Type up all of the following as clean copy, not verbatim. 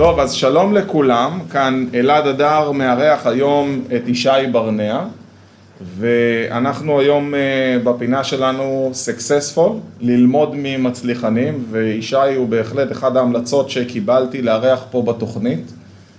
טוב, אז שלום לכולם, כאן אלעד אדר מארח היום את ישי ברנע, ואנחנו היום בפינה שלנו Successful, ללמוד ממצליחנים, וישי הוא בהחלט אחד ההמלצות שקיבלתי לארח פה בתוכנית,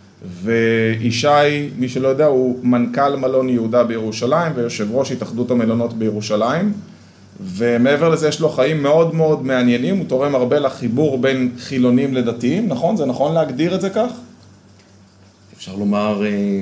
וישי, מי שלא יודע, הוא מנכ"ל מלון יהודה בירושלים, ויושב ראש התאחדות המלונות בירושלים, ומעבר לזה יש לו חיים מאוד מאוד מעניינים, הוא תורם הרבה לחיבור בין חילונים לדתיים, נכון? זה נכון להגדיר את זה כך? אפשר לומר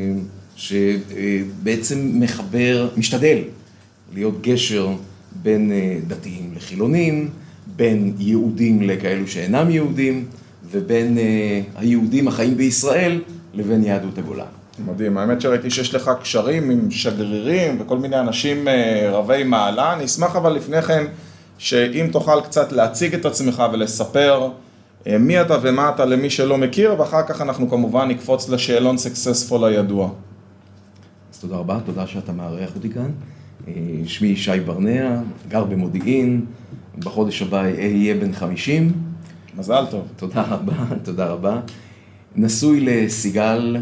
שבעצם משתדל להיות גשר בין דתיים לחילונים, בין יהודים לכאלו שאינם יהודים, ובין היהודים החיים בישראל לבין יהדות הגולה. מדהים, האמת שראיתי שיש לך קשרים עם שגרירים וכל מיני אנשים רבי מעלה, אני אשמח אבל לפני כן שאם תוכל קצת להציג את עצמך ולספר מי אתה ומה אתה למי שלא מכיר, ואחר כך אנחנו כמובן נקפוץ לשאלון Successful הידוע. אז תודה רבה, תודה שאתה מארח אותי כאן. שמי ישי ברנע, גר במודיעין, בחודש הבא אהיה בן 50. מזל טוב. תודה רבה, תודה רבה. נשוי לסיגל,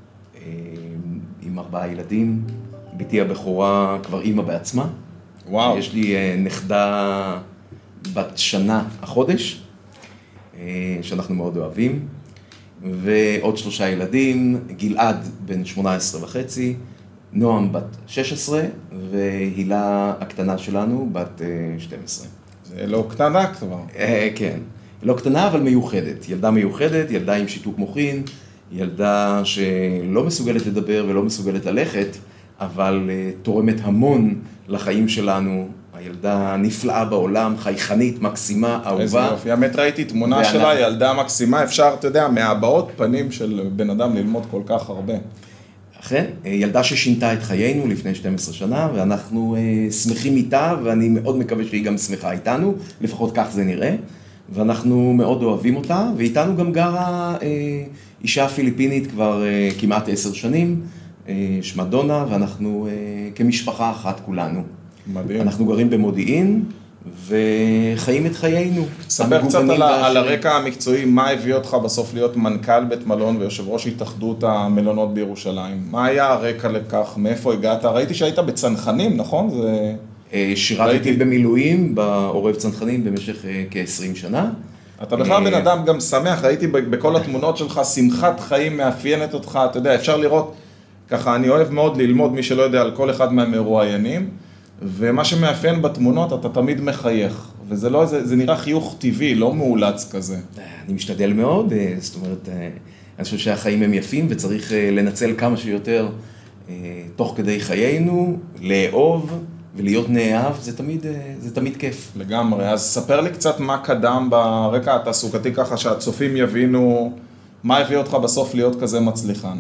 עם 4 ילדים, ביתי הבכורה כבר אימא בעצמה. וואו. יש לי נכדה בת שנה החודש, שאנחנו מאוד אוהבים, ועוד 3 ילדים, גלעד בן 18 וחצי, נועם בת 16, והילה הקטנה שלנו בת 12. זה לא קטנה כבר. כן, לא קטנה אבל מיוחדת, ילדה מיוחדת, ילדה עם שיתוק מוחין, ילדה שלא מסוגלת לדבר ולא מסוגלת ללכת, אבל תורמת המון לחיים שלנו. הילדה נפלאה בעולם, חייכנית, מקסימה, אהובה. איזה יופי, האמת ראיתי תמונה שלה, ילדה מקסימה, אפשר, אתה יודע, מהבעות פנים של בן אדם ללמוד כל כך הרבה. אכן, ילדה ששינתה את חיינו לפני 12 שנה, ואנחנו שמחים איתה, ואני מאוד מקווה שהיא גם שמחה איתנו, לפחות כך זה נראה, ואנחנו מאוד אוהבים אותה, ואיתנו גם גרה אישה פיליפינית כבר כמעט 10 שנים, שמה דונה, ואנחנו כמשפחה אחת כולנו. מדהים. אנחנו גרים במודיעין, וחיים את חיינו. ספר קצת על הרקע המקצועי, מה הביא אותך בסוף להיות מנכ"ל בית מלון ויושב ראש התאחדות המלונות בירושלים? מה היה הרקע לכך? מאיפה הגעת? ראיתי שהיית בצנחנים, נכון? שירתתי במילואים בעורב צנחנים במשך כ-20 שנה. אתה בכלל בן אדם גם שמח, ראיתי בכל התמונות שלך, שמחת חיים מאפיינת אותך, אתה יודע, אפשר לראות, ככה אני אוהב מאוד ללמוד, מי שלא יודע, על כל אחד מהמרואיינים, ומה שמאפיין בתמונות, אתה תמיד מחייך, וזה לא, זה נראה חיוך טבעי, לא מאולץ כזה. אני משתדל מאוד, זאת אומרת, אני חושב שהחיים הם יפים, וצריך לנצל כמה שיותר תוך כדי חיינו, לאהוב, ולהיות נאהב, זה תמיד כיף. לגמרי, אז ספר לי קצת מה קדם ברקע התעסוקתי ככה שהצופים יבינו מה הביא אותך בסוף להיות כזה מצליחן.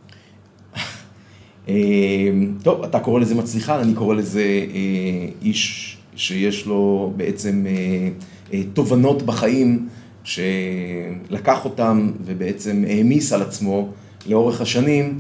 טוב, אתה קורא לזה מצליחן, אני קורא לזה איש שיש לו בעצם תובנות בחיים שלקח אותם ובעצם העמיס על עצמו לאורך השנים,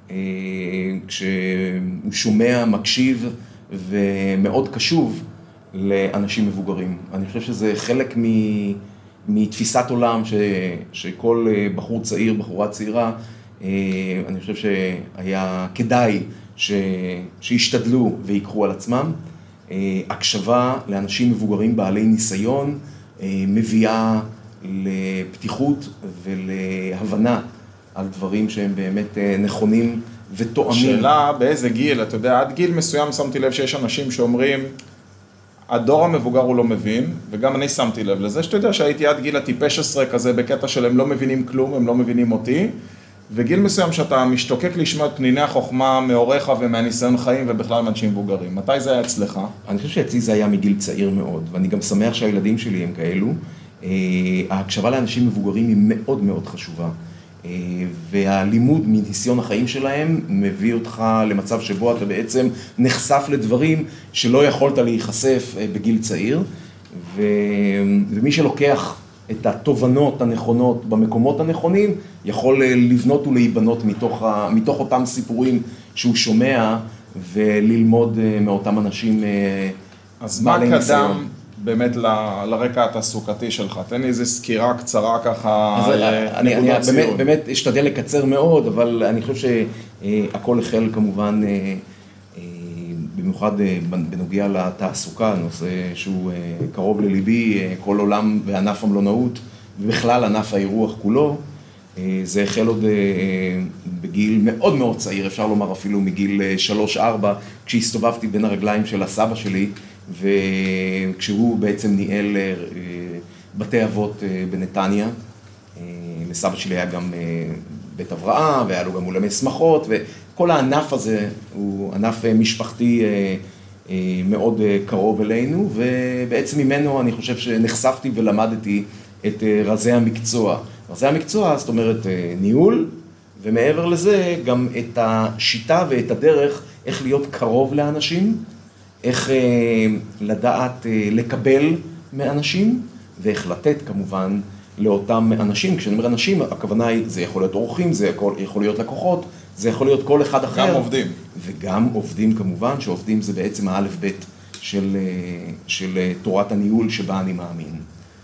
כשהוא שומע, מקשיב ומאוד קשוב לאנשים מבוגרים. אני חושב שזה חלק מתפיסת עולם שכל בחור צעיר, בחורה צעירה, אני חושב שהיה כדאי שישתדלו ויקחו על עצמם. הקשבה לאנשים מבוגרים בעלי ניסיון מביאה לפתיחות ולהבנה על דברים שהם באמת נכונים ותואמים. שאלה באיזה גיל, אתה יודע, עד גיל מסוים שמתי לב שיש אנשים שאומרים, הדור המבוגר הוא לא מבין, וגם אני שמתי לב לזה, שאתה יודע שהייתי עד גיל הטיפש 10 כזה בקטע של הם לא מבינים כלום, הם לא מבינים אותי, וגיל מסוים שאתה משתוקק לשמוע את פניני החוכמה מעורך ומהניסיון חיים ובכלל מאנשים מבוגרים. מתי זה היה אצלך? אני חושב שאצלי זה היה מגיל צעיר מאוד, ואני גם שמח שהילדים שלי הם כאלו. ההקשבה לאנשים מבוגרים היא מאוד מאוד חשובה. והלימוד מניסיון החיים שלהם מביא אותך למצב שבו אתה בעצם נחשף לדברים שלא יכולת להיחשף בגיל צעיר, ומי שלוקח את התובנות הנכונות במקומות הנכונים, יכול לבנות ולהיבנות מתוך אותם סיפורים שהוא שומע וללמוד מאותם אנשים. אז מה קדם באמת לרקע התעסוקתי שלך. תן לי איזו סקירה קצרה ככה, אני באמת אשתדל לקצר מאוד, אבל אני חושב שהכל החל כמובן, במיוחד בנוגע לתעסוקה, נושא שהוא קרוב לליבי, כל עולם וענף המלונאות, ובכלל ענף האירוח כולו. זה החל עוד בגיל מאוד מאוד צעיר, אפשר לומר אפילו מגיל 3-4, כשהסתובבתי בין הרגליים של הסבא שלי, וכשהוא בעצם ניהל בתי אבות בנתניה. לסבא שלי היה גם בית הבראה, והיה לו גם אולמי שמחות, וכל הענף הזה הוא ענף משפחתי מאוד קרוב אלינו, ובעצם ממנו אני חושב שנחשפתי ולמדתי את רזי המקצוע. רזי המקצוע, זאת אומרת ניהול, ומעבר לזה גם את השיטה ואת הדרך איך להיות קרוב לאנשים, איך לדעת לקבל מאנשים, ואיך לתת כמובן לאותם אנשים. כשאני אומר אנשים, הכוונה היא, זה יכול להיות אורחים, זה יכול להיות לקוחות, זה יכול להיות כל אחד אחר. גם עובדים. וגם עובדים כמובן, שעובדים זה בעצם האלף בית של תורת הניהול שבה אני מאמין.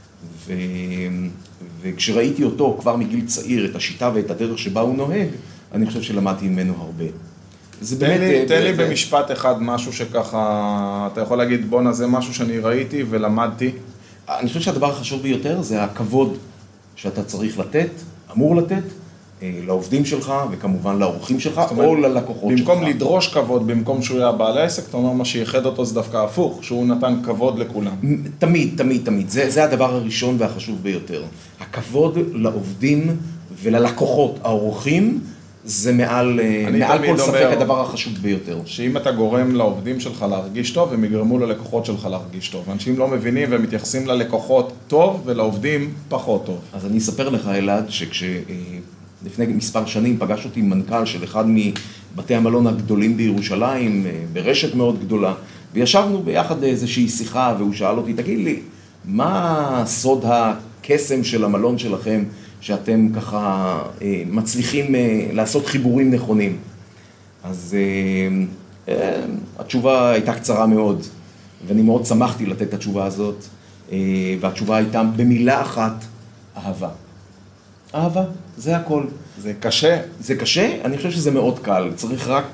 וכשראיתי אותו כבר מגיל צעיר, את השיטה ואת הדרך שבה הוא נוהג, אני חושב שלמדתי ממנו הרבה. תן לי במשפט אחד משהו שככה, אתה יכול להגיד, בונה, זה משהו שאני ראיתי ולמדתי. אני חושב שהדבר החשוב ביותר זה הכבוד שאתה צריך לתת, אמור לתת, לעובדים שלך וכמובן לאורחים שלך או ללקוחות שלך. במקום לדרוש כבוד, במקום שהוא היה בעל העסק, אתה אומר מה שיחד אותו זה דווקא הפוך, שהוא נתן כבוד לכולם. תמיד, תמיד, תמיד. זה הדבר הראשון והחשוב ביותר. הכבוד לעובדים וללקוחות, האורחים, זה מעל כל ספק הדבר החשוב ביותר. שאם אתה גורם לעובדים שלך להרגיש טוב, הם יגרמו ללקוחות שלך להרגיש טוב. אנשים לא מבינים והם מתייחסים ללקוחות טוב ולעובדים פחות טוב. אז אני אספר לך, אלעד, לפני מספר שנים פגש אותי מנכ"ל של אחד מבתי המלון הגדולים בירושלים, ברשת מאוד גדולה, וישבנו ביחד איזושהי שיחה, והוא שאל אותי, תגיד לי, מה סוד הקסם של המלון שלכם, שאתם ככה מצליחים לעשות חיבורים נכונים? אז התשובה הייתה קצרה מאוד, ואני מאוד שמחתי לתת את התשובה הזאת, והתשובה הייתה במילה אחת, אהבה. אהבה, זה הכל. זה קשה. זה קשה? אני חושב שזה מאוד קל. צריך רק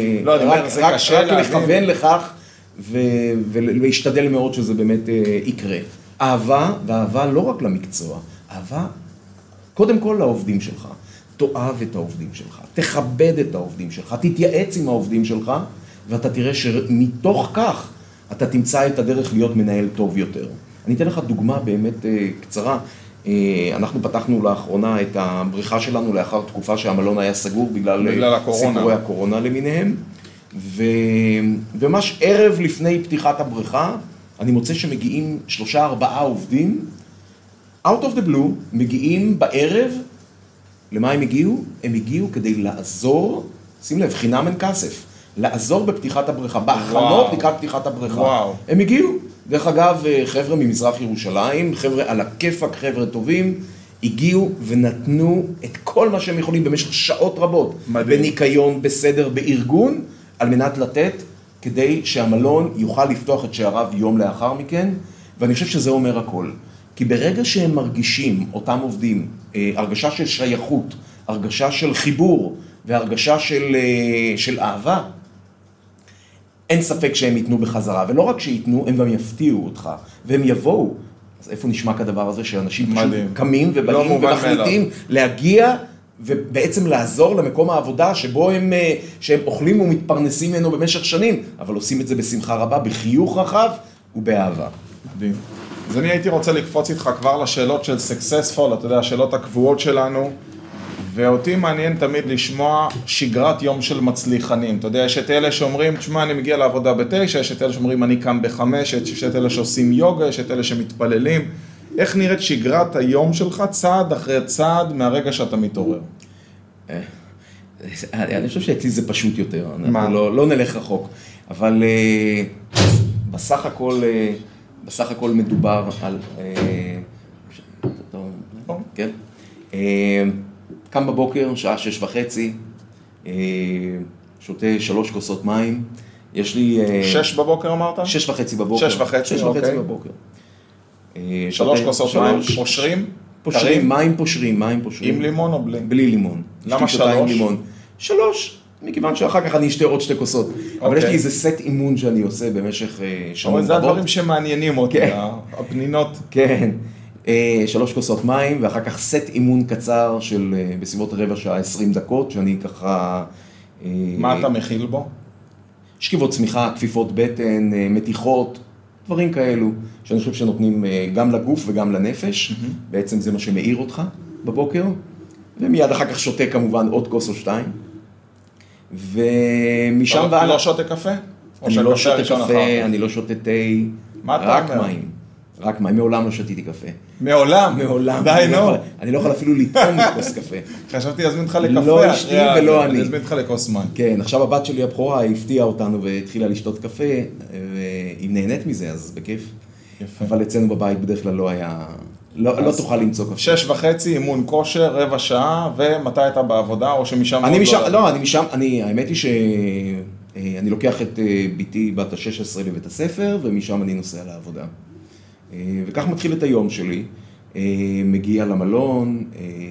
לכוון לכך ולהשתדל מאוד שזה באמת יקרה. אהבה, ואהבה לא רק למקצוע, אהבה קודם כל לעובדים שלך. תאהב את העובדים שלך, תכבד את העובדים שלך, תתייעץ עם העובדים שלך, ואתה תראה שמתוך כך אתה תמצא את הדרך להיות מנהל טוב יותר. אני אתן לך דוגמה באמת קצרה. אנחנו פתחנו לאחרונה את הבריכה שלנו לאחר תקופה שהמלון היה סגור בגלל סיפורי הקורונה למיניהם, וממש ערב לפני פתיחת הבריכה אני מוצא שמגיעים 3-4 עובדים out of the blue, מגיעים בערב. למה הם הגיעו? הם הגיעו כדי לעזור, שים לב, חינם אין כסף, לעזור בפתיחת הבריכה, בהכנות לקראת פתיחת הבריכה. וואו. הם הגיעו. דרך אגב, חבר'ה ממזרח ירושלים, חבר'ה על הכיפק, חבר'ה טובים, הגיעו ונתנו את כל מה שהם יכולים במשך שעות רבות. מדהים. בניקיון, בסדר, בארגון, על מנת לתת, כדי שהמלון יוכל לפתוח את שעריו יום לאחר מכן, ואני חושב שזה אומר הכל. כי ברגע שהם מרגישים, אותם עובדים, הרגשה של שייכות, הרגשה של חיבור, והרגשה של אהבה, אין ספק שהם ייתנו בחזרה, ולא רק שייתנו, הם גם יפתיעו אותך, והם יבואו. אז איפה נשמע כדבר הזה שאנשים פשוט קמים ובאים ומחליטים להגיע ובעצם לעזור למקום העבודה שבו שהם אוכלים ומתפרנסים ממנו במשך שנים, אבל עושים את זה בשמחה רבה, בחיוך רחב ובאהבה. מדהים. אז אני הייתי רוצה לקפוץ איתך כבר לשאלות של successful, אתה יודע, השאלות הקבועות שלנו, ואותי מעניין תמיד לשמוע שגרת יום של מצליחנים. אתה יודע, יש את אלה שאומרים, תשמע, אני מגיע לעבודה ב9, יש את אלה שאומרים, אני קם ב5, יש את אלה שעושים יוגה, יש את אלה שמתפללים. איך נראית שגרת היום שלך צעד אחרי צעד מהרגע שאתה מתעורר? אני חושב שאצלי זה פשוט יותר, אנחנו לא נלך רחוק, אבל בסך הכל מדובר על... כן? קם בבוקר, שעה 6:30, שותה 3 כוסות מים, יש לי... 6 בבוקר אמרת? 6:30 בבוקר. 6:30, אוקיי. בבוקר. 3 כוסות מים, פושרים? פושרים, מים פושרים. עם לימון או בלי? בלי לימון. למה 3? 3, מכיוון שאחר כך אני אשתה עוד 2 כוסות. אבל יש לי איזה סט אימון שאני עושה במשך שנים רבות. זה הדברים שמעניינים אותי, הפנינות. כן, 3 כוסות מים, ואחר כך סט אימון קצר של בסביבות רבע שעה, 20 דקות, שאני ככה... מה אתה מכיל בו? שכיבות צמיחה, כפיפות בטן, מתיחות, דברים כאלו, שאני חושב שנותנים גם לגוף וגם לנפש. בעצם זה מה שמאיר אותך בבוקר, ומיד אחר כך שותה כמובן עוד כוס או 2. ומשם אתה לא שותה קפה? אני לא שותה קפה, אני לא שותה תה, רק מים. רק מים, מעולם לא שתיתי קפה. מעולם? מעולם. די, נו. אני לא יכול אפילו לטעום לכוס קפה. חשבתי להזמין אותך לקפה. לא אשתי ולא אני. להזמין אותך לכוס מים. כן, עכשיו הבת שלי הבכורה הפתיעה אותנו והתחילה לשתות קפה, והיא נהנית מזה, אז בכיף. יפה. אבל אצלנו בבית בדרך כלל לא היה... לא תוכל למצוא קפה. 6:30, אימון כושר, רבע שעה, ומתי אתה בעבודה, או שמשם... האמת היא שאני לוקח את ביתי בת ה-16 לבית הספר, ומשם אני נוסע לעבודה. וכך מתחיל את היום שלי, מגיע למלון,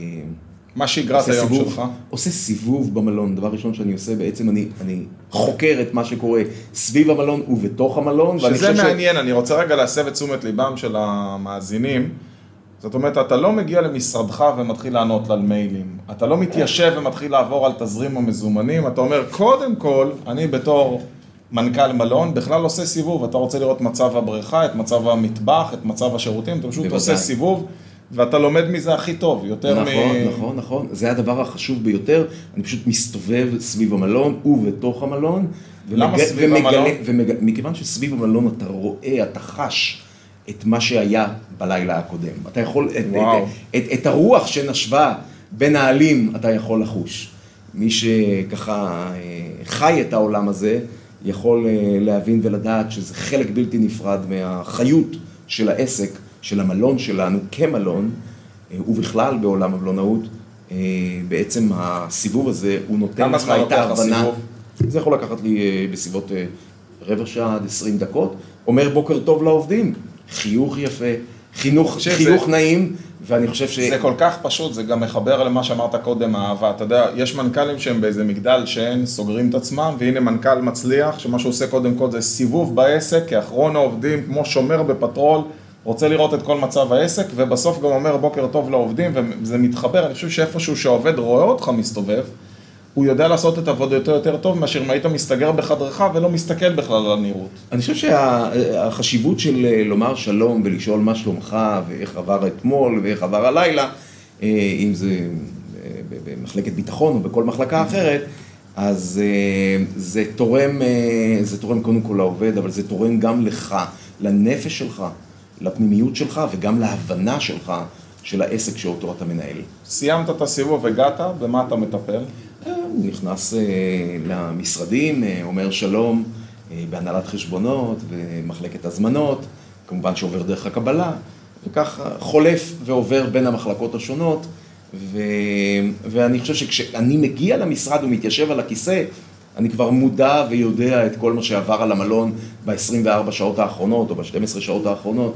מה שגרת היום שלך? עושה סיבוב במלון. דבר ראשון שאני עושה, בעצם אני חוקר את מה שקורה סביב המלון ובתוך המלון. שזה מעניין, אני רוצה רגע להסב את תשומת ליבם של המאזינים. זאת אומרת, אתה לא מגיע למשרדך ומתחיל לענות על מיילים. אתה לא מתיישב ומתחיל לעבור על תזרים המזומנים. אתה אומר, קודם כל, אני בתור מנכ"ל מלון, בכלל עושה סיבוב. אתה רוצה לראות מצב הבריכה, את מצב המטבח, את מצב השירותים. אתה פשוט עושה סיבוב, ואתה לומד מזה הכי טוב, יותר נכון. זה הדבר החשוב ביותר. אני פשוט מסתובב סביב המלון ובתוך המלון. למה סביב המלון? מכיוון שסביב המלון אתה רואה, אתה חש את מה שהיה בלילה הקודם. אתה יכול, את הרוח שנשבה בין העלים, אתה יכול לחוש. מי שככה חי את העולם הזה, יכול להבין ולדעת שזה חלק בלתי נפרד מהחיות של העסק, של המלון שלנו כמלון, ובכלל בעולם המלונאות. בעצם הסיבוב הזה, הוא נותן לך את ההבנה. זה יכול לקחת לי בסביבות רבע שעה עד 20 דקות. אומר בוקר טוב לעובדים. חיוך יפה, חינוך נעים, ואני חושב זה כל כך פשוט, זה גם מחבר למה שאמרת קודם, האהבה. אתה יודע, יש מנכ"לים שהם באיזה מגדל שאין, סוגרים את עצמם, והנה מנכ"ל מצליח, שמה שהוא עושה קודם כל זה סיבוב בעסק, כאחרון העובדים, כמו שומר בפטרול, רוצה לראות את כל מצב העסק, ובסוף גם אומר בוקר טוב לעובדים, וזה מתחבר. אני חושב שאיפשהו שהעובד רואה אותך מסתובב, הוא יודע לעשות את עבודתו יותר טוב, מאשר אם היית מסתגר בחדרך ולא מסתכל בכלל על הנראות. אני חושב שהחשיבות של לומר שלום ולשאול מה שלומך, ואיך עבר אתמול ואיך עבר הלילה, אם זה במחלקת ביטחון או בכל מחלקה אחרת, אז זה תורם קודם כל לעובד, אבל זה תורם גם לך, לנפש שלך, לפנימיות שלך וגם להבנה שלך של העסק שאותו אתה מנהל. סיימת את הסיבוב, הגעת, במה אתה מטפל? הוא נכנס למשרדים, אומר שלום, בהנהלת חשבונות ומחלקת הזמנות, כמובן שעובר דרך הקבלה, וכך חולף ועובר בין המחלקות השונות, ואני חושב שכשאני מגיע למשרד ומתיישב על הכיסא, אני כבר מודע ויודע את כל מה שעבר על המלון ב-24 שעות האחרונות או ב-12 שעות האחרונות,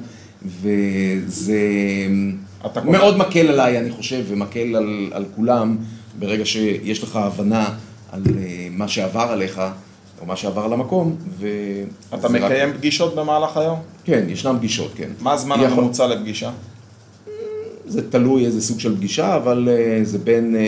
וזה מאוד מקל עליי, אני חושב, ומקל על כולם, ברגע שיש לך הבנה על מה שעבר עליך, או מה שעבר על המקום, אתה מקיים פגישות במהלך היום? כן, ישנם פגישות, כן. מה הזמן הממוצע לפגישה? זה תלוי איזה סוג של פגישה, אבל זה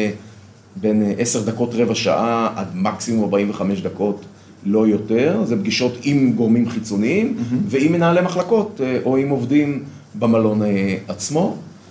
בין 10 דקות רבע שעה עד מקסימום 45 דקות, לא יותר. זה פגישות עם גורמים חיצוניים, ועם מנהלי מחלקות, או עם עובדים במלון עצמו.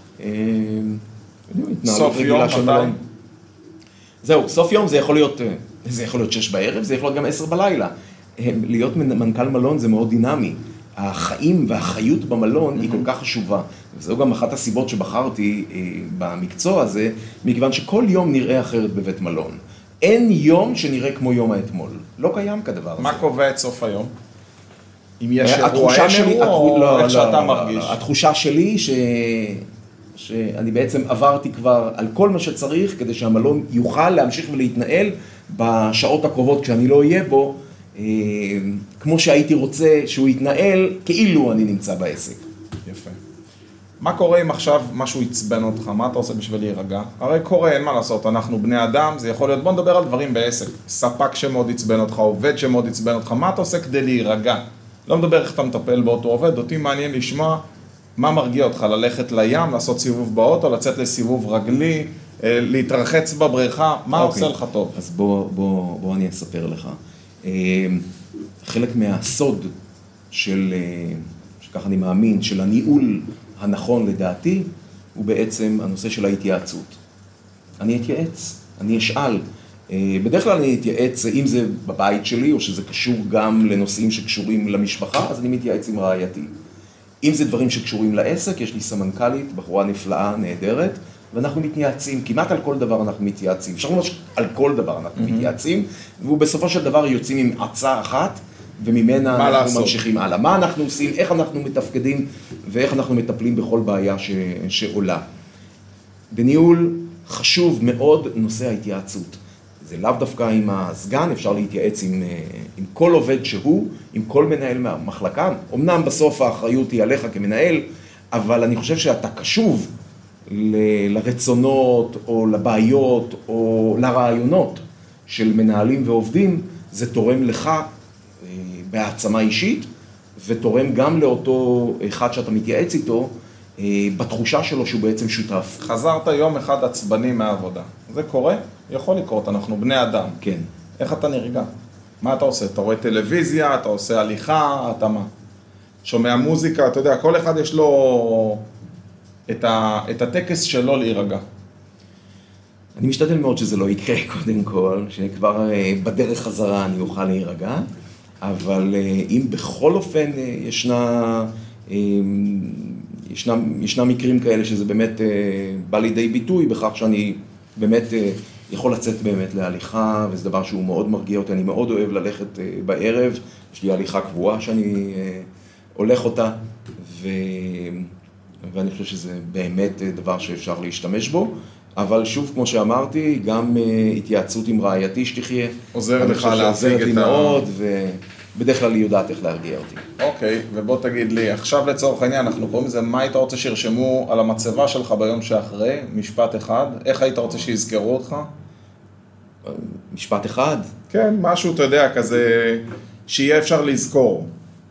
סוף יום, מתי? זהו, סוף יום זה יכול להיות 6 בערב, זה יכול להיות גם 10 בלילה. להיות מנכ"ל מלון זה מאוד דינמי. החיים והחיות במלון היא כל כך חשובה. וזו גם אחת הסיבות שבחרתי במקצוע הזה, מכיוון שכל יום נראה אחרת בבית מלון. אין יום שנראה כמו יום האתמול. לא קיים כדבר הזה. מה קובע את סוף היום? אם יש אירוע, אין אירוע, או איך שאתה מרגיש? התחושה שלי שאני בעצם עברתי כבר על כל מה שצריך, כדי שהמלון יוכל להמשיך ולהתנהל בשעות הקרובות כשאני לא אהיה בו, כמו שהייתי רוצה שהוא יתנהל, כאילו אני נמצא בעסק. יפה. מה קורה אם עכשיו משהו יצבן אותך? מה אתה עושה בשביל להירגע? הרי קורה, אין מה לעשות, אנחנו בני אדם, זה יכול להיות, בוא נדבר על דברים בעסק. ספק שמאוד יצבן אותך, עובד שמאוד יצבן אותך, מה אתה עושה כדי להירגע? לא מדבר איך אתה מטפל באותו עובד, אותי מעניין לשמוע מה מרגיע אותך, ללכת לים, לעשות סיבוב באוטו, לצאת לסיבוב רגלי, להתרחץ בבריכה, מה עושה לך טוב? אז בוא אני אספר לך. חלק מהסוד שכך אני מאמין, של הניהול הנכון לדעתי, הוא בעצם הנושא של ההתייעצות. אני אתייעץ, אני אשאל. בדרך כלל אני אתייעץ, אם זה בבית שלי, או שזה קשור גם לנושאים שקשורים למשפחה, אז אני מתייעץ עם רעייתי. אם זה דברים שקשורים לעסק, יש לי סמנכ"לית, בחורה נפלאה, נהדרת, ואנחנו מתייעצים, כמעט על כל דבר אנחנו מתייעצים. אפשר לומר על כל דבר אנחנו מתייעצים, ובסופו של דבר יוצאים עם עצה אחת, וממנה אנחנו ממשיכים הלאה. מה אנחנו עושים, איך אנחנו מתפקדים, ואיך אנחנו מטפלים בכל בעיה שעולה. בניהול חשוב מאוד נושא ההתייעצות. זה לאו דווקא עם הסגן, אפשר להתייעץ עם כל עובד שהוא, עם כל מנהל מהמחלקה. אמנם בסוף האחריות היא עליך כמנהל, אבל אני חושב שאתה קשוב לרצונות או לבעיות או לרעיונות של מנהלים ועובדים, זה תורם לך בהעצמה אישית, ותורם גם לאותו אחד שאתה מתייעץ איתו, בתחושה שלו שהוא בעצם שותף. חזרת יום אחד עצבני מהעבודה. זה קורה? יכול לקרות, אנחנו בני אדם. כן. איך אתה נרגע? מה אתה עושה? אתה רואה טלוויזיה, אתה עושה הליכה, אתה מה? שומע מוזיקה, אתה יודע, כל אחד יש לו את הטקס שלו להירגע. אני משתדל מאוד שזה לא יקרה קודם כל, שכבר בדרך חזרה אני אוכל להירגע, אבל אם בכל אופן ישנם מקרים כאלה שזה באמת בא לידי ביטוי בכך שאני באמת יכול לצאת באמת להליכה, וזה דבר שהוא מאוד מרגיע אותי, אני מאוד אוהב ללכת בערב, יש לי הליכה קבועה שאני הולך אותה, ואני חושב שזה באמת דבר שאפשר להשתמש בו, אבל שוב, כמו שאמרתי, גם התייעצות עם רעייתי שתחיה. עוזר לך להשיג את מאוד, ובדרך כלל היא יודעת איך להרגיע אותי. אוקיי, ובוא תגיד לי, עכשיו לצורך העניין, אנחנו קוראים לזה, מה היית רוצה שירשמו על המצבה שלך ביום שאחרי? משפט אחד. איך היית רוצה שיזכרו אותך? משפט אחד? כן, משהו, אתה יודע, כזה, שיהיה אפשר לזכור.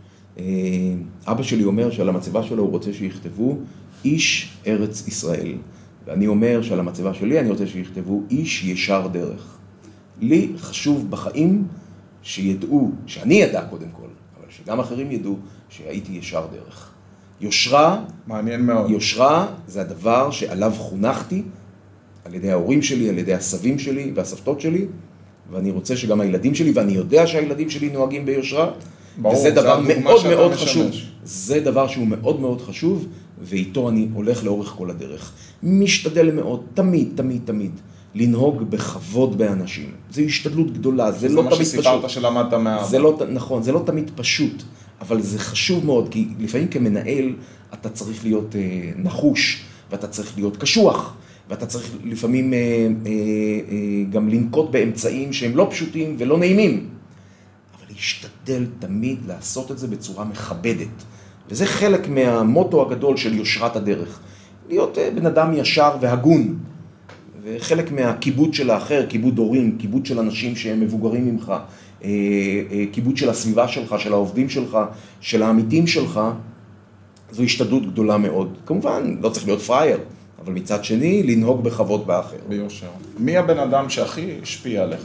אבא שלי אומר שעל המצבה שלו הוא רוצה שיכתבו איש ארץ ישראל. ואני אומר שעל המצבה שלי אני רוצה שיכתבו איש ישר דרך. לי חשוב בחיים שידעו, שאני ידע קודם כל, אבל שגם אחרים ידעו שהייתי ישר דרך. יושרה, מעניין מאוד. יושרה זה הדבר שעליו חונכתי על ידי ההורים שלי, על ידי הסבים שלי והסבתות שלי, ואני רוצה שגם הילדים שלי, ואני יודע שהילדים שלי נוהגים ביושרה, ברור, וזה דבר מאוד מאוד משמש. חשוב. זה דבר שהוא מאוד מאוד חשוב, ואיתו אני הולך לאורך כל הדרך. משתדל מאוד, תמיד, לנהוג בכבוד באנשים. זו השתדלות גדולה, זה לא תמיד פשוט. זה מה שסיפרת שלמדת מהאבא. נכון, זה לא תמיד פשוט, אבל זה חשוב מאוד, כי לפעמים כמנהל אתה צריך להיות נחוש, ואתה צריך להיות קשוח, ואתה צריך לפעמים גם לנקוט באמצעים שהם לא פשוטים ולא נעימים. אבל להשתדל תמיד לעשות את זה בצורה מכבדת. וזה חלק מהמוטו הגדול של יושרת הדרך. להיות בן אדם ישר והגון. וחלק מהכיבוד של האחר, כיבוד הורים, כיבוד של אנשים שהם מבוגרים ממך, כיבוד של הסביבה שלך, של העובדים שלך, של העמיתים שלך, זו השתדלות גדולה מאוד. כמובן, לא צריך להיות פרייר, אבל מצד שני, לנהוג בכבוד באחר. ביושר. מי הבן אדם שהכי השפיע עליך?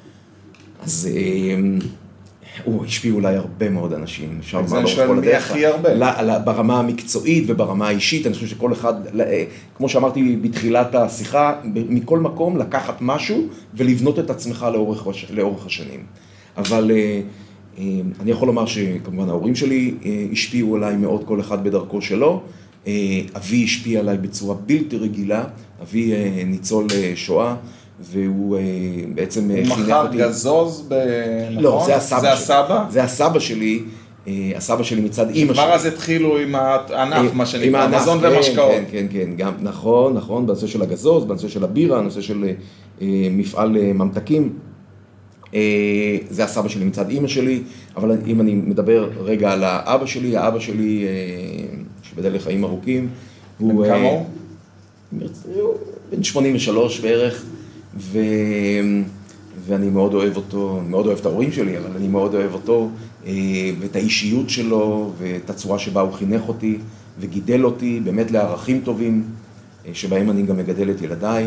אז השפיעו אולי הרבה מאוד אנשים. זה שואל מי הכי הרבה? ברמה המקצועית וברמה האישית, אני חושב שכל אחד, כמו שאמרתי בתחילת השיחה, מכל מקום לקחת משהו ולבנות את עצמך לאורך השנים. אבל אני יכול לומר שכמובן ההורים שלי השפיעו עליי מאוד, כל אחד בדרכו שלו. אבי השפיע עליי בצורה בלתי רגילה, אבי ניצול שואה, והוא בעצם חינך אותי. הוא מכר גזוז נכון? לא, זה הסבא שלי. זה הסבא? זה הסבא שלי, הסבא שלי מצד אמא שלי. כבר אז התחילו עם הענף, מה שנקרא, מזון ומשקאות. כן, גם נכון, בנושא של הגזוז, בנושא של הבירה, בנושא של מפעל ממתקים. זה הסבא שלי מצד אמא שלי, אבל אם אני מדבר רגע על האבא שלי, שבדל לחיים ארוכים, בן כמה הוא? בן 83 בערך, ואני מאוד אוהב אותו, מאוד אוהב את ההורים שלי, אבל אני מאוד אוהב אותו, ואת האישיות שלו, ואת הצורה שבה הוא חינך אותי, וגידל אותי באמת לערכים טובים, שבהם אני גם מגדל את ילדיי,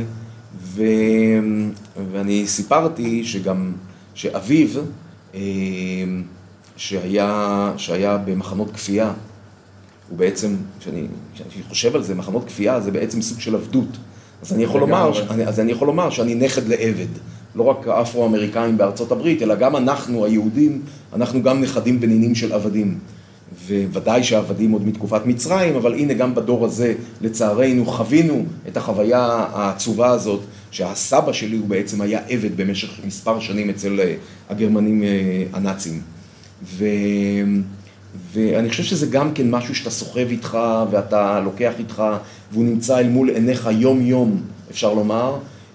ואני סיפרתי שאביו, שהיה במחנות כפייה, הוא בעצם, כשאני חושב על זה, מחנות כפייה זה בעצם סוג של עבדות. אז אני יכול לומר שאני נכד לעבד. לא רק האפרו-אמריקאים בארצות הברית, אלא גם אנחנו, היהודים, אנחנו גם נכדים ונינים של עבדים. וודאי שהעבדים עוד מתקופת מצרים, אבל הנה גם בדור הזה, לצערנו, חווינו את החוויה העצובה הזאת, שהסבא שלי הוא בעצם היה עבד במשך מספר שנים אצל הגרמנים הנאצים. ואני חושב שזה גם כן משהו שאתה סוחב איתך, ואתה לוקח איתך, והוא נמצא אל מול עיניך יום-יום, אפשר לומר,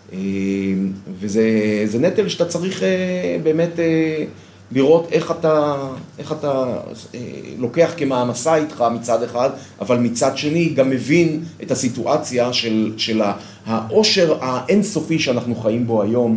וזה נטל שאתה צריך באמת לראות איך אתה לוקח כמעמסה איתך מצד אחד, אבל מצד שני גם מבין את הסיטואציה של העושר האינסופי שאנחנו חיים בו היום,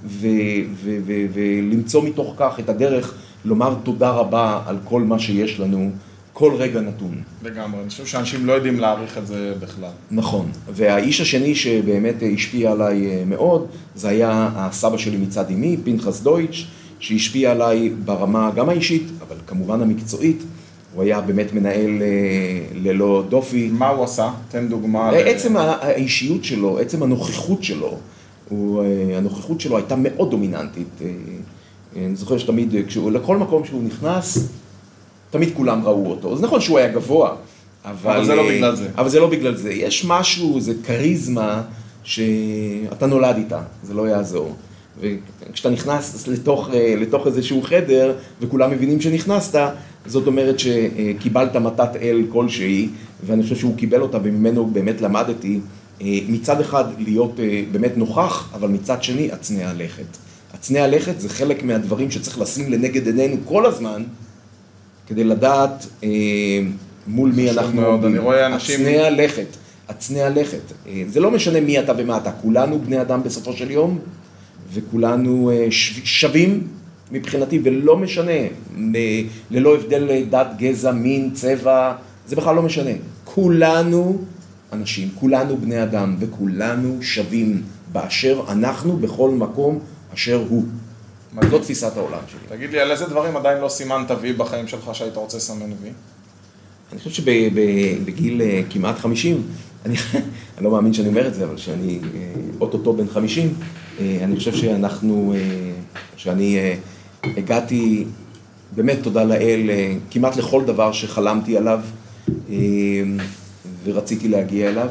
ולמצוא מתוך כך את הדרך לומר תודה רבה על כל מה שיש לנו, כל רגע נתון. לגמרי, אני חושב שאנשים לא יודעים להעריך את זה בכלל. נכון, והאיש השני שבאמת השפיע עליי מאוד, זה היה הסבא שלי מצד אמי, פנחס דויטש, שהשפיע עליי ברמה גם האישית, אבל כמובן המקצועית. הוא היה באמת מנהל ללא דופי. מה הוא עשה? תן דוגמה. עצם האישיות שלו, עצם הנוכחות שלו, הנוכחות שלו הייתה מאוד דומיננטית. אני זוכר שתמיד, לכל מקום שהוא נכנס, תמיד כולם ראו אותו. אז נכון שהוא היה גבוה, אבל זה לא בגלל זה. אבל זה לא בגלל זה. יש משהו, זה קריזמה שאתה נולד איתה, זה לא יעזור. וכשאתה נכנס לתוך איזשהו חדר, וכולם מבינים שנכנסת, זאת אומרת שקיבלת מתת אל כלשהי, ואני חושב שהוא קיבל אותה, וממנו באמת למדתי, מצד אחד להיות באמת נוכח, אבל מצד שני עצני הלכת. עצני הלכת זה חלק מהדברים שצריך לשים לנגד עינינו כל הזמן, כדי לדעת מול מי אנחנו עומדים. אני רואה אנשים... עצני הלכת. זה לא משנה מי אתה ומה אתה, כולנו בני אדם בסופו של יום, וכולנו שווים מבחינתי, ולא משנה, ללא הבדל דת, גזע, מין, צבע, זה בכלל לא משנה. כולנו אנשים, כולנו בני אדם, וכולנו שווים באשר אנחנו בכל מקום אשר הוא. זו תפיסת העולם שלי. תגיד לי, על איזה דברים עדיין לא סימנת וי בחיים שלך שהיית רוצה לסמן וי? אני חושב שבגיל כמעט 50, אני לא מאמין שאני אומר את זה, אבל שאני אוטוטו בן 50, אני חושב שאני הגעתי, באמת תודה לאל, כמעט לכל דבר שחלמתי עליו ורציתי להגיע אליו.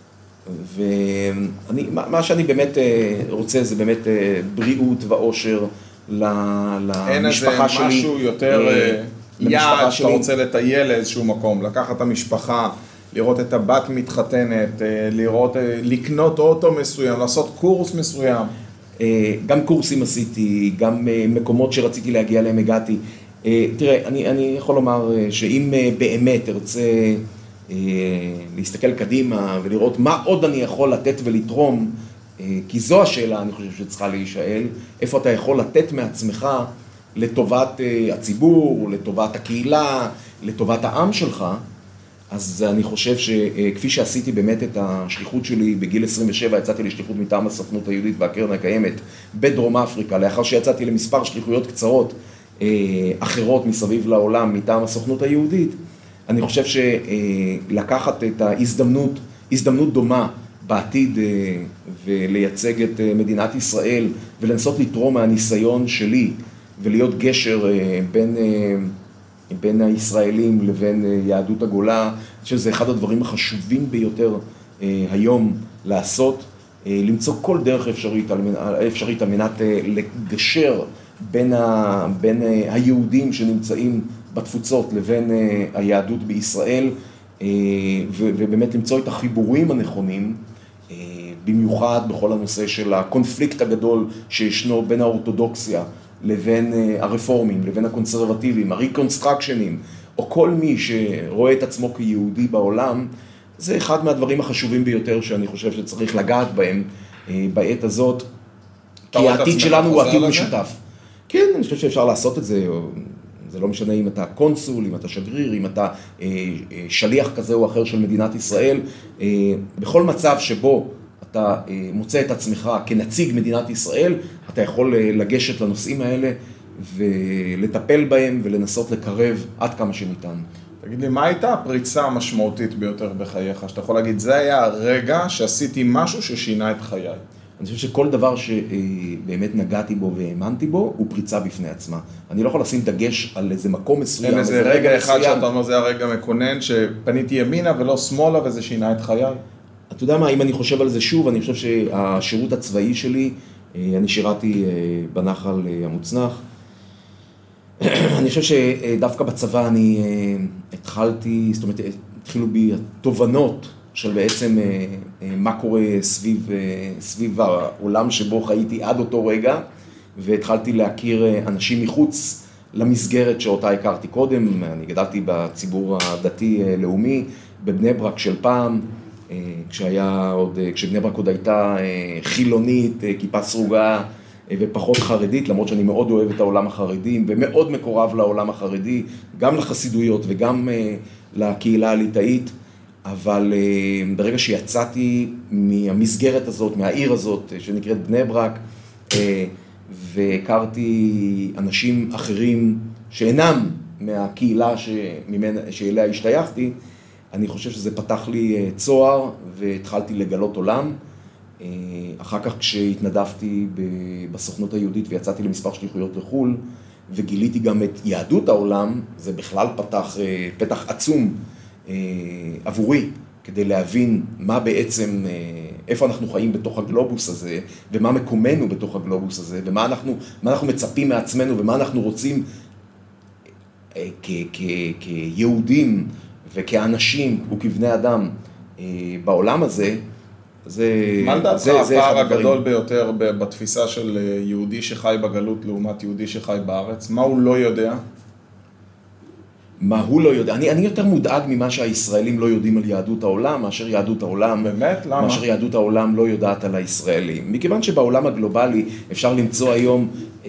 ומה שאני באמת רוצה זה באמת בריאות ואושר למשפחה שלי. אין איזה משהו יותר יעד שאתה רוצה לטייל לאיזשהו מקום, לקחת את המשפחה, לראות את הבת מתחתנת, לקנות אוטו מסוים, לעשות קורס מסוים. גם קורסים עשיתי, גם מקומות שרציתי להגיע להם הגעתי. תראה, אני יכול לומר שאם באמת ארצה להסתכל קדימה ולראות מה עוד אני יכול לתת ולתרום, כי זו השאלה אני חושב שצריכה להישאל, איפה אתה יכול לתת מעצמך לטובת הציבור, לטובת הקהילה, לטובת העם שלך, אז אני חושב שכפי שעשיתי באמת את השליחות שלי בגיל 27, יצאתי לשליחות מטעם הסוכנות היהודית והקרן הקיימת בדרום אפריקה, לאחר שיצאתי למספר שליחויות קצרות אחרות מסביב לעולם מטעם הסוכנות היהודית, אני חושב שלקחת את ההזדמנות, הזדמנות דומה בעתיד ולייצג את מדינת ישראל ולנסות לתרום מהניסיון שלי ולהיות גשר בין הישראלים לבין יהדות הגולה, שזה אחד הדברים החשובים ביותר היום לעשות, למצוא כל דרך אפשרית על מנת לגשר בין היהודים שנמצאים בתפוצות לבין היהדות בישראל, ובאמת למצוא את החיבורים הנכונים, במיוחד בכל הנושא של הקונפליקט הגדול שישנו בין האורתודוקסיה לבין הרפורמים, לבין הקונסרבטיבים, הריקונסטרקשנים, או כל מי שרואה את עצמו כיהודי בעולם, זה אחד מהדברים החשובים ביותר שאני חושב שצריך לגעת בהם בעת הזאת, כי העתיד שלנו הוא עתיד משותף. כן, אני חושב שאפשר לעשות את זה, זה לא משנה אם אתה קונסול, אם אתה שגריר, אם אתה שליח כזה או אחר של מדינת ישראל, בכל מצב שבו אתה מוצא את עצמך כנציג מדינת ישראל, אתה יכול לגשת לנושאים האלה ולטפל בהם ולנסות לקרב עד כמה שניתן. תגיד לי, מה הייתה הפריצה המשמעותית ביותר בחייך? שאתה יכול להגיד, זה היה הרגע שעשיתי משהו ששינה את חיי. אני חושב שכל דבר שבאמת נגעתי בו והאמנתי בו, הוא פריצה בפני עצמה. אני לא יכול לשים דגש על איזה מקום מסוים. אין איזה רגע אחד שאתה אומר, זה הרגע מקונן, שפניתי ימינה ולא שמאלה, וזה שינה את חיי. אתה יודע מה, אם אני חושב על זה שוב, אני חושב שהשירות הצבאי שלי, אני שירתי בנחל המוצנח. אני חושב שדווקא בצבא אני התחלתי, זאת אומרת, התחילו בי התובנות של בעצם מה קורה סביב העולם שבו חייתי עד אותו רגע, והתחלתי להכיר אנשים מחוץ למסגרת שאותה הכרתי קודם. אני גדלתי בציבור הדתי-לאומי, בבני ברק של פעם, כשבני ברק עוד הייתה חילונית, כיפה סרוגה ופחות חרדית, למרות שאני מאוד אוהב את העולם החרדי ומאוד מקורב לעולם החרדי, גם לחסידויות וגם לקהילה הליטאית. אבל ברגע שיצאתי מהמסגרת הזאת, מהעיר הזאת שנקראת בני ברק, והכרתי אנשים אחרים שאינם מהקהילה שאליה השתייכתי, אני חושב שזה פתח לי צוהר והתחלתי לגלות עולם. אחר כך כשהתנדבתי בסוכנות היהודית ויצאתי למספר שליחויות לחו"ל, וגיליתי גם את יהדות העולם, זה בכלל פתח פתח עצום עבורי, כדי להבין מה בעצם, איפה אנחנו חיים בתוך הגלובוס הזה, ומה מקומנו בתוך הגלובוס הזה, ומה אנחנו מצפים מעצמנו, ומה אנחנו רוצים כיהודים וכאנשים וכבני אדם בעולם הזה. מה לדעתך הפער הגדול ביותר בתפיסה של יהודי שחי בגלות לעומת יהודי שחי בארץ? מה הוא לא יודע? מה הוא לא יודע? אני יותר מודאג ממה שהישראלים לא יודעים על יהדות העולם, מאשר יהדות העולם. באמת? למה? מאשר יהדות העולם לא יודעת על הישראלים. מכיוון שבעולם הגלובלי אפשר למצוא היום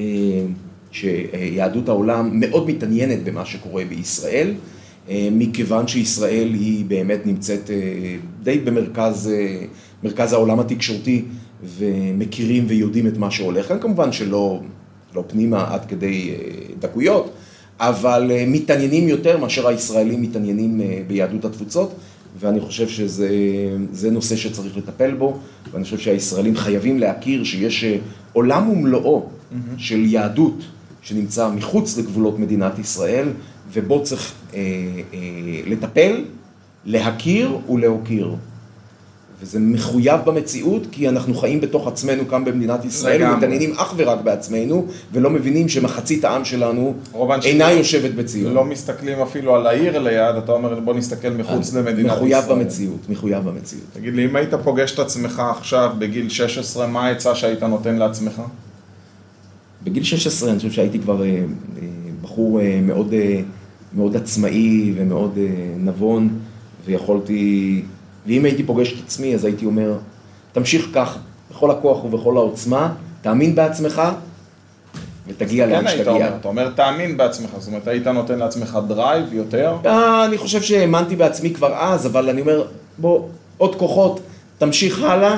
שיהדות העולם מאוד מתעניינת במה שקורה בישראל, מכיוון שישראל היא באמת נמצאת די במרכז העולם התקשורתי, ומכירים ויודעים את מה שהולך. כאן כמובן שלא פנימה עד כדי דקויות, אבל מתעניינים יותר מאשר הישראלים מתעניינים ביהדות התפוצות, ואני חושב שזה נושא שצריך לטפל בו, ואני חושב שהישראלים חייבים להכיר שיש עולם ומלואו של יהדות שנמצא מחוץ לגבולות מדינת ישראל, ובו צריך לטפל, להכיר ולהוקיר. וזה מחויב במציאות, כי אנחנו חיים בתוך עצמנו כאן במדינת ישראל, ומתעניינים אך ורק בעצמנו, ולא מבינים שמחצית העם שלנו אינה יושבת בציון. לא מסתכלים אפילו על העיר ליד, אתה אומר בוא נסתכל מחוץ למדינת ישראל. מחויב במציאות. תגיד לי, אם היית פוגש את עצמך עכשיו בגיל 16, מה העצה שהיית נותן לעצמך? בגיל 16 אני חושב שהייתי כבר בחור מאוד עצמאי ומאוד נבון, ויכולתי... ואם הייתי פוגש את עצמי, אז הייתי אומר, תמשיך כך, בכל הכוח ובכל העוצמה, תאמין בעצמך, ותגיע לאן שתגיע. אתה אומר, תאמין בעצמך, זאת אומרת, היית נותן לעצמך דרייב יותר? אני חושב שהאמנתי בעצמי כבר אז, אבל אני אומר, בוא, עוד כוחות, תמשיך הלאה.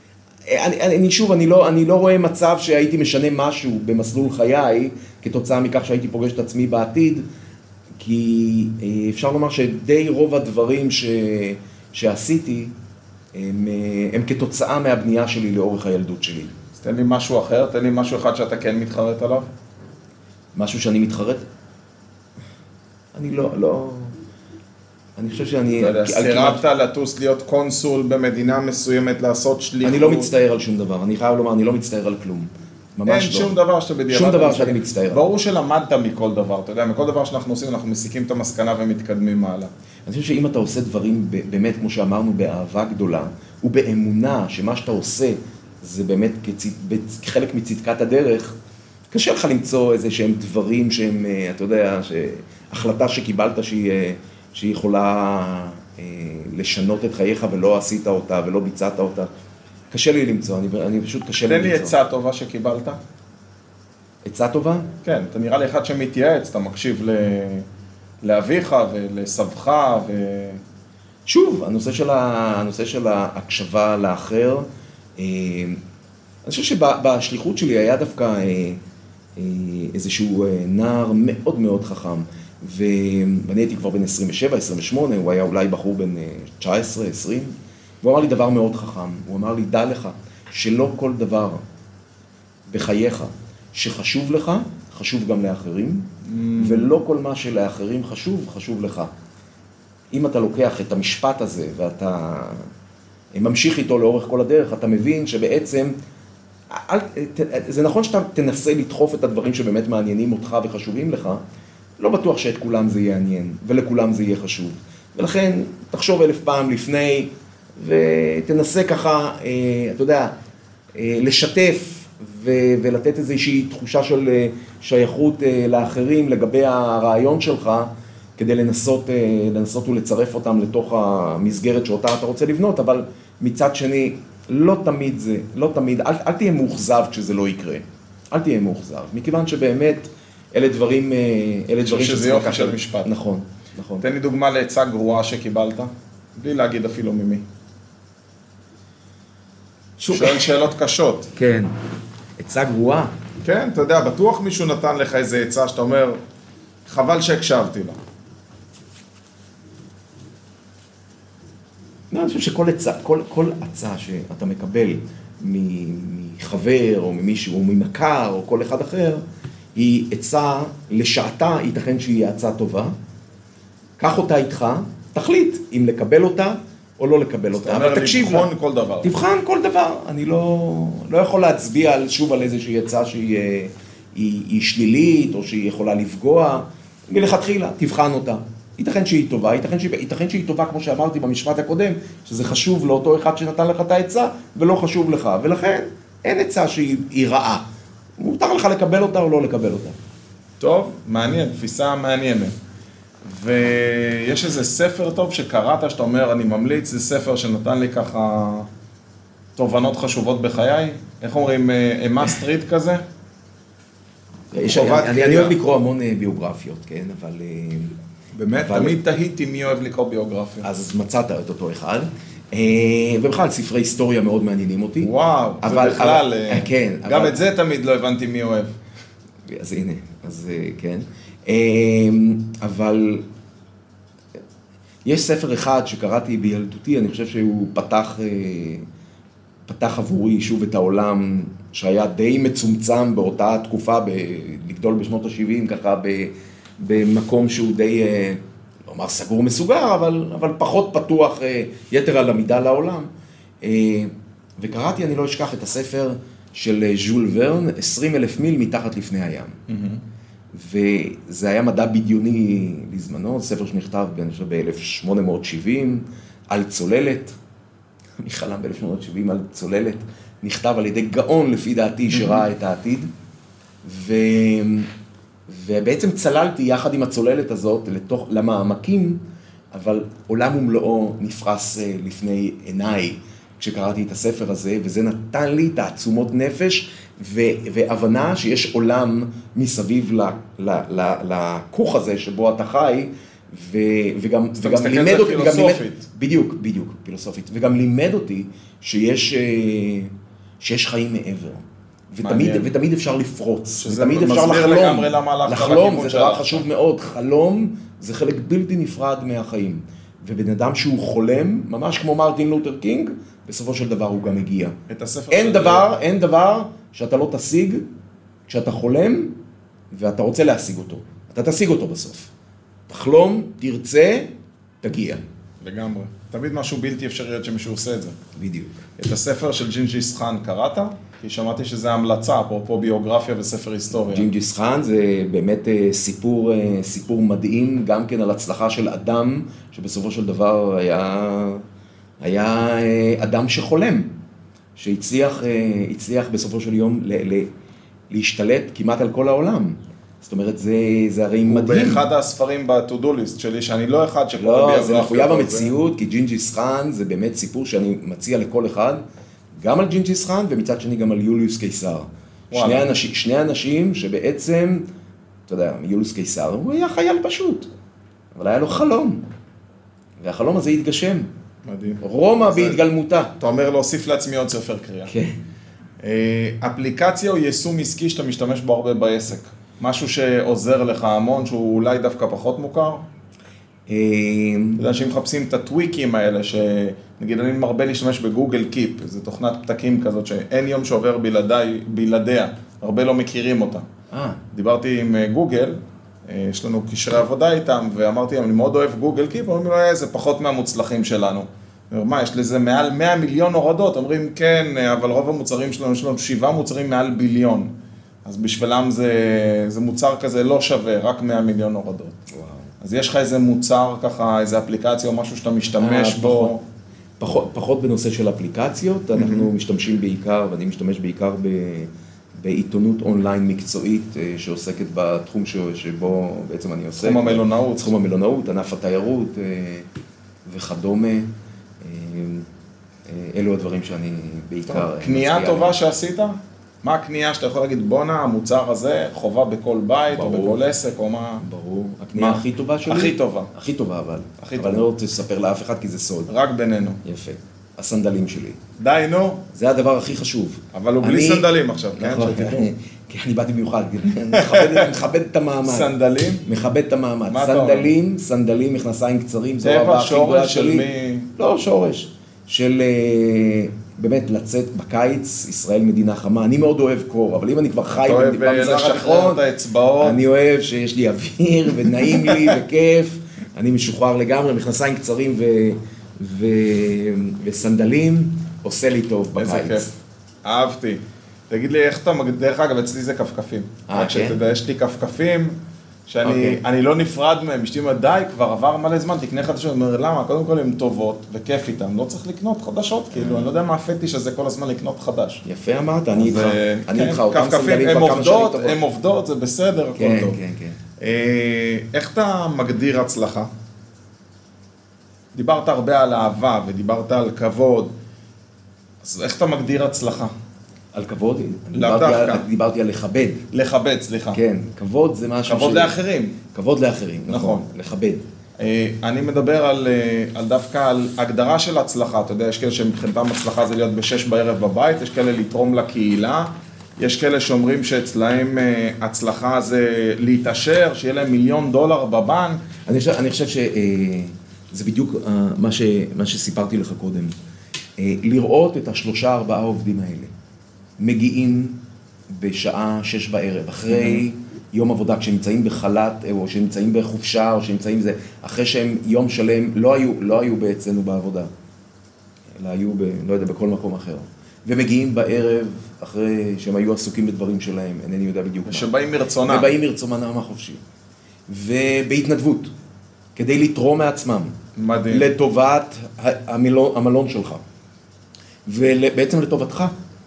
אני לא רואה מצב שהייתי משנה משהו במסלול חיי, כתוצאה מכך שהייתי פוגש את עצמי בעתיד, כי אפשר לומר שדי רוב הדברים שעשיתי הם כתוצאה מהבנייה שלי לאורך הילדות שלי. אז תן לי משהו אחר, תן לי משהו אחד שאתה כן מתחרט עליו. משהו שאני מתחרט? אני לא... אני חושב שאני... סירבת לטוס להיות קונסול במדינה מסוימת, לעשות שליחות. אני לא מצטער על שום דבר, אני חייב לומר, אני לא מצטער על כלום. אין שום דבר שאתה בדיעבד. שום דבר שאני מצטער. ברור שלמדת מכל דבר, אתה יודע, מכל דבר שאנחנו עושים, אנחנו מסיקים את המסקנה ומתקדמים מעלה. אני חושב שאם אתה עושה דברים באמת, כמו שאמרנו, באהבה גדולה, ובאמונה שמה שאתה עושה זה באמת חלק מצדקת הדרך, קשה לך למצוא איזה שהם דברים שהם, אתה יודע, החלטה שקיבלת שהיא יכולה לשנות את חייך ולא עשית אותה ולא ביצעת אותה. קשה לי למצוא, אני פשוט קשה לי תן למצוא. לי עצה טובה שקיבלת. עצה טובה? כן, אתה נראה לי אחד שמתייעץ, אתה מקשיב לאביך ולסבך שוב, הנושא של ההקשבה לאחר, אני חושב שבשליחות שלי היה דווקא איזשהו נער מאוד מאוד חכם, ואני הייתי כבר בן 27, 28, הוא היה אולי בחור בן 19, 20, והוא אמר לי דבר מאוד חכם, הוא אמר לי, דע לך שלא כל דבר בחייך שחשוב לך, חשוב גם לאחרים, ולא כל מה שלאחרים חשוב, חשוב לך. אם אתה לוקח את המשפט הזה ואתה ממשיך איתו לאורך כל הדרך, אתה מבין שבעצם, זה נכון שאתה תנסה לדחוף את הדברים שבאמת מעניינים אותך וחשובים לך, לא בטוח שאת כולם זה יעניין, ולכולם זה יהיה חשוב. ולכן, תחשוב 1000 פעם לפני, ותנסה ככה, אתה יודע, לשתף ולתת איזושהי תחושה של שייכות לאחרים לגבי הרעיון שלך, כדי לנסות ולצרף אותם לתוך המסגרת שאותה אתה רוצה לבנות, אבל מצד שני, לא תמיד, אל תהיה מאוכזב כשזה לא יקרה. אל תהיה מאוכזב, מכיוון שבאמת אלה דברים שזה יופי של משפט. נכון. תן לי דוגמה לעצה גרועה שקיבלת, בלי להגיד אפילו ממי. שואל שאלות קשות. כן, עצה גרועה. כן, אתה יודע, בטוח מישהו נתן לך איזה עצה שאתה אומר, חבל שהקשבתי לה. אני חושב שכל הצעה שאתה מקבל מחבר או ממישהו או ממכר או כל אחד אחר, היא עצה לשעתה, ייתכן שהיא הצעה טובה. קח אותה איתך, תחליט אם לקבל אותה או לא לקבל אותה. זאת אומרת, לבחון כל דבר. תבחן כל דבר. אני לא יכול להצביע שוב על איזושהי עצה שהיא שלילית או שהיא יכולה לפגוע. מלכתחילה, תבחן אותה. ייתכן שהיא טובה, ייתכן שהיא טובה, כמו שאמרתי במשפט הקודם, שזה חשוב לאותו אחד שנתן לך את העצה, ולא חשוב לך, ולכן אין עצה שהיא רעה. מותר לך לקבל אותה או לא לקבל אותה. טוב, מעניין, תפיסה מעניינת. ויש איזה ספר טוב שקראת, שאתה אומר, אני ממליץ, זה ספר שנתן לי ככה תובנות חשובות בחיי. איך אומרים, אמה סטריט כזה? אני אוהב לקרוא המון ביוגרפיות, כן, אבל... באמת, תמיד תהיתי מי אוהב לקרוא ביוגרפיה. אז מצאת את אותו אחד, ובכלל ספרי היסטוריה מאוד מעניינים אותי. וואו, זה בכלל, כן. גם את זה תמיד לא הבנתי מי אוהב. אז הנה, אז כן. אבל יש ספר אחד שקראתי בילדותי, אני חושב שהוא פתח עבורי שוב את העולם, שהיה די מצומצם באותה תקופה, לגדול בשנות ה-70, ככה במקום שהוא די, לא אומר סגור מסוגר, אבל פחות פתוח יתר על המידה לעולם. וקראתי, אני לא אשכח, את הספר של ז'ול ורן, 20,000 מיל מתחת לפני הים. וזה היה מדע בדיוני בזמנו, ספר שנכתב ב-1870 על צוללת, אני חלם ב-1870 על צוללת, נכתב על ידי גאון לפי דעתי שראה את העתיד, ובעצם צללתי יחד עם הצוללת הזאת למעמקים, אבל עולם ומלואו נפרס לפני עיניי כשקראתי את הספר הזה, וזה נתן לי תעצומות נפש והבנה שיש עולם מסביב לכוך הזה שבו אתה חי, וגם לימד אותי, בדיוק, פילוסופית, וגם לימד אותי שיש חיים מעבר. ותמיד אפשר לפרוץ, ותמיד אפשר לחלום, זה דבר חשוב מאוד, חלום זה חלק בלתי נפרד מהחיים, ובן אדם שהוא חולם, ממש כמו מרטין לותר קינג, בסופו של דבר הוא גם הגיע. אין דבר שאתה לא תשיג כשאתה חולם, ואתה רוצה להשיג אותו, אתה תשיג אותו בסוף. תחלום, תרצה, תגיע. לגמרי. תמיד משהו בלתי אפשרי עד שמישהו עושה את זה. בדיוק. את הספר של ג'ינג'יס חאן קראת? כי שמעתי שזה המלצה, אפרופו ביוגרפיה וספר היסטוריה. ג'ינג'יס חאן זה באמת סיפור מדהים, גם כן על הצלחה של אדם, שבסופו של דבר היה אדם שחולם, שהצליח בסופו של יום להשתלט כמעט על כל העולם. זאת אומרת, זה הרי מדהים. הוא באחד הספרים ב-to-do list שלי, שאני לא אחד שכל לא, זה מחויב המציאות, כי ג'ינג'יס חאן זה באמת סיפור שאני מציע לכל אחד, גם על ג'ינג'יס חאן ומצד שני גם על יוליוס קיסר. שני אנשים שבעצם, אתה יודע, יוליוס קיסר, הוא היה חייל פשוט, אבל היה לו חלום, והחלום הזה התגשם. מדהים. רומא בהתגלמותה. אתה אומר להוסיף לעצמי עוד ספר קריאה. כן. אפליקציה או יישום עסקי שאתה משתמש בו הרבה בעסק? משהו שעוזר לך המון, שהוא אולי דווקא פחות מוכר? אתה יודע, שאם מחפשים את הטוויקים האלה, שנגיד אני מרבה להשתמש בגוגל קיפ, זו תוכנת פתקים כזאת שאין יום שעובר בלעדיה, הרבה לא מכירים אותה. דיברתי עם גוגל, יש לנו קשרי עבודה איתם, ואמרתי, אני מאוד אוהב גוגל קיפ, אומרים לו, זה פחות מהמוצלחים שלנו. מה, יש לזה מעל 100 מיליון הורדות? אומרים, כן, אבל רוב המוצרים שלנו, יש לנו 7 מוצרים מעל ביליון. אז בשבילם זה מוצר כזה לא שווה, רק 100 מיליון הורדות. וואו. אז יש לך איזה מוצר ככה, איזה אפליקציה או משהו שאתה משתמש בו? פחות בנושא של אפליקציות, אנחנו משתמשים בעיקר, ואני משתמש בעיקר בעיתונות אונליין מקצועית שעוסקת בתחום שבו בעצם אני עוסק. תחום המלונאות. תחום המלונאות, ענף התיירות וכדומה. אלו הדברים שאני בעיקר... קנייה טובה שעשית? מה הקנייה שאתה יכול להגיד, בונה, המוצר הזה חובה בכל בית או בכל עסק או מה? ברור. הקנייה הכי טובה שלי? הכי טובה. הכי טובה אבל. אבל אני לא רוצה לספר לאף אחד כי זה סוד. רק בינינו. יפה. הסנדלים שלי. די, נו. זה הדבר הכי חשוב. אבל הוא בלי סנדלים עכשיו, כן? כי אני באתי במיוחד, אני מכבד את המעמד. סנדלים? מכבד את המעמד. סנדלים, מכנסיים קצרים, זו טבע, שורש של מי? לא, שורש. של באמת לצאת בקיץ, ישראל מדינה חמה. אני מאוד אוהב קור, אבל אם אני כבר חי במזרח התיכון, אני אוהב שיש לי אוויר ונעים לי וכיף. אני משוחרר לגמרי, מכנסיים קצרים וסנדלים, עושה לי טוב בקיץ. איזה כיף. אהבתי. תגיד לי, איך אתה מגדיר, דרך אגב, אצלי זה כפכפים. רק שתדע, יש לי כפכפים שאני לא נפרד מהם, אשתי אומרת, די, כבר עבר מלא זמן, תקנה חדשות, אני אומר, למה? קודם כל הן טובות וכיף איתן, לא צריך לקנות חדשות, כאילו, אני לא יודע מה הפטיש הזה כל הזמן לקנות חדש. יפה אמרת, אני איתך, אותם סנדלים כבר כמה שנים טובות. הן עובדות, זה בסדר, הכל טוב. כן, כן. איך אתה מגדיר הצלחה? דיברת הרבה על אהבה ודיברת על כבוד, אז איך אתה מגדיר הצלחה? על כבוד? דיברתי על לכבד. לכבד, סליחה. כן, כבוד זה משהו כבוד לאחרים. כבוד לאחרים, נכון. לכבד. אני מדבר דווקא על הגדרה של הצלחה. אתה יודע, יש כאלה שמבחינתם הצלחה זה להיות ב-6 בערב בבית, יש כאלה לתרום לקהילה, יש כאלה שאומרים שאצלהם הצלחה זה להתעשר, שיהיה להם $1,000,000 בבנק. אני חושב שזה בדיוק מה שסיפרתי לך קודם. לראות את 3-4 עובדים האלה. מגיעים בשעה 6 בערב, אחרי יום עבודה, כשנמצאים בחל"ת, או שנמצאים בחופשה, או שנמצאים זה, אחרי שהם יום שלם, לא היו בעצמנו בעבודה, אלא היו, לא יודע, בכל מקום אחר. ומגיעים בערב, אחרי שהם היו עסוקים בדברים שלהם, אינני יודע בדיוק מה. שבאים מרצונם. ובאים מרצונם החופשי. ובהתנדבות, כדי לתרום מעצמם. מדהים. לטובת המלון שלך. ובעצם לטובתך.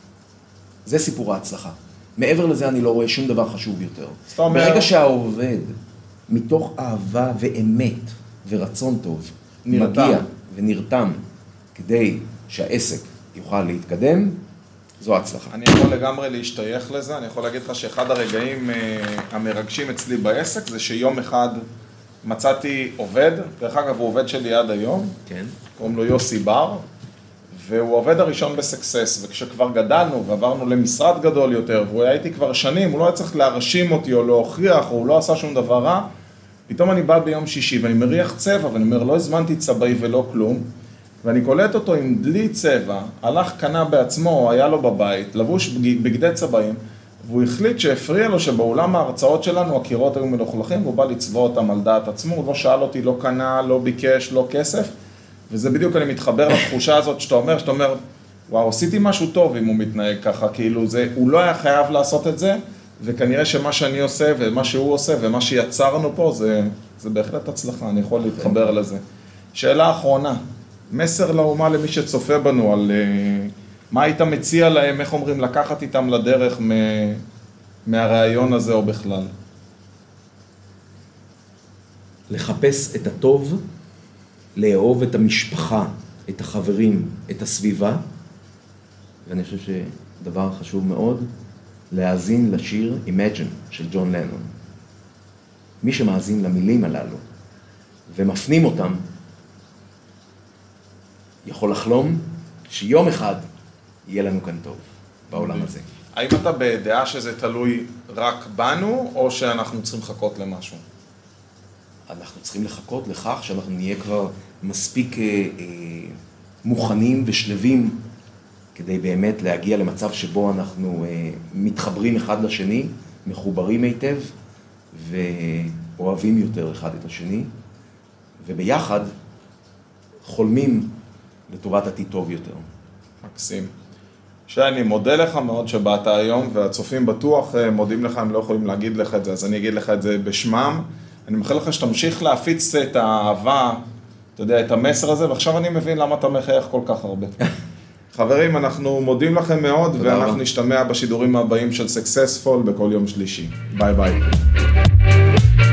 זה סיפור ההצלחה. מעבר לזה אני לא רואה שום דבר חשוב יותר. ברגע שהעובד, מתוך אהבה ואמת ורצון טוב, מגיע ונרתם כדי שהעסק יוכל להתקדם, זו ההצלחה. אני יכול לגמרי להשתייך לזה, אני יכול להגיד לך שאחד הרגעים המרגשים אצלי בעסק זה שיום אחד מצאתי עובד, דרך אגב הוא עובד שלי עד היום, כן. קוראים לו יוסי בר, והוא עובד הראשון בסקסס, וכשכבר גדלנו ועברנו למשרד גדול יותר, והוא היה איתי כבר שנים, הוא לא היה צריך להרשים אותי או להוכיח, או הוא לא עשה שום דבר רע, פתאום אני בא ביום שישי ואני מריח צבע, ואני אומר, לא הזמנתי צבעי ולא כלום, ואני קולט אותו עם דלי צבע, הלך קנה בעצמו, היה לו בבית, לבוש בגדי צבעים, והוא החליט שהפריע לו שבאולם ההרצאות שלנו הקירות היו מלוכלכים, והוא בא לצבוע אותם על דעת עצמו, הוא לא שאל אותי, לא קנה, לא ביקש, לא כסף, וזה בדיוק אני מתחבר לתחושה הזאת שאתה אומר, וואו, עשיתי משהו טוב אם הוא מתנהג ככה, כאילו הוא לא היה חייב לעשות את זה, וכנראה שמה שאני עושה ומה שהוא עושה ומה שיצרנו פה, זה בהחלט הצלחה, אני יכול להתחבר לזה. שאלה אחרונה, מסר לאומה למי שצופה בנו על מה היית מציע להם, איך אומרים, לקחת איתם לדרך מהרעיון הזה או בכלל? לחפש את הטוב, לאהוב את המשפחה, את החברים, את הסביבה, ואני חושב שדבר חשוב מאוד, להאזין לשיר Imagine של ג'ון לנון. מי שמאזין למילים הללו ומפנים אותם, יכול לחלום שיום אחד יהיה לנו כאן טוב בעולם הזה. האם אתה בדעה שזה תלוי רק בנו, או שאנחנו צריכים לחכות למשהו? אנחנו צריכים לחכות לכך שאנחנו נהיה כבר מספיק מוכנים ושלבים כדי באמת להגיע למצב שבו אנחנו מתחברים אחד לשני, מחוברים היטב ואוהבים יותר אחד את השני, וביחד חולמים לטובת עתיד טוב יותר. מקסים. שאני מודה לך מאוד שבאת היום, והצופים בטוח מודים לך, הם לא יכולים להגיד לך את זה, אז אני אגיד לך את זה בשמם. אני מאחל לך שתמשיך להפיץ את האהבה, אתה יודע, את המסר הזה, ועכשיו אני מבין למה אתה מחייך כל כך הרבה. חברים, אנחנו מודים לכם מאוד, ואנחנו נשתמע בשידורים הבאים של Successful בכל יום שלישי. ביי ביי.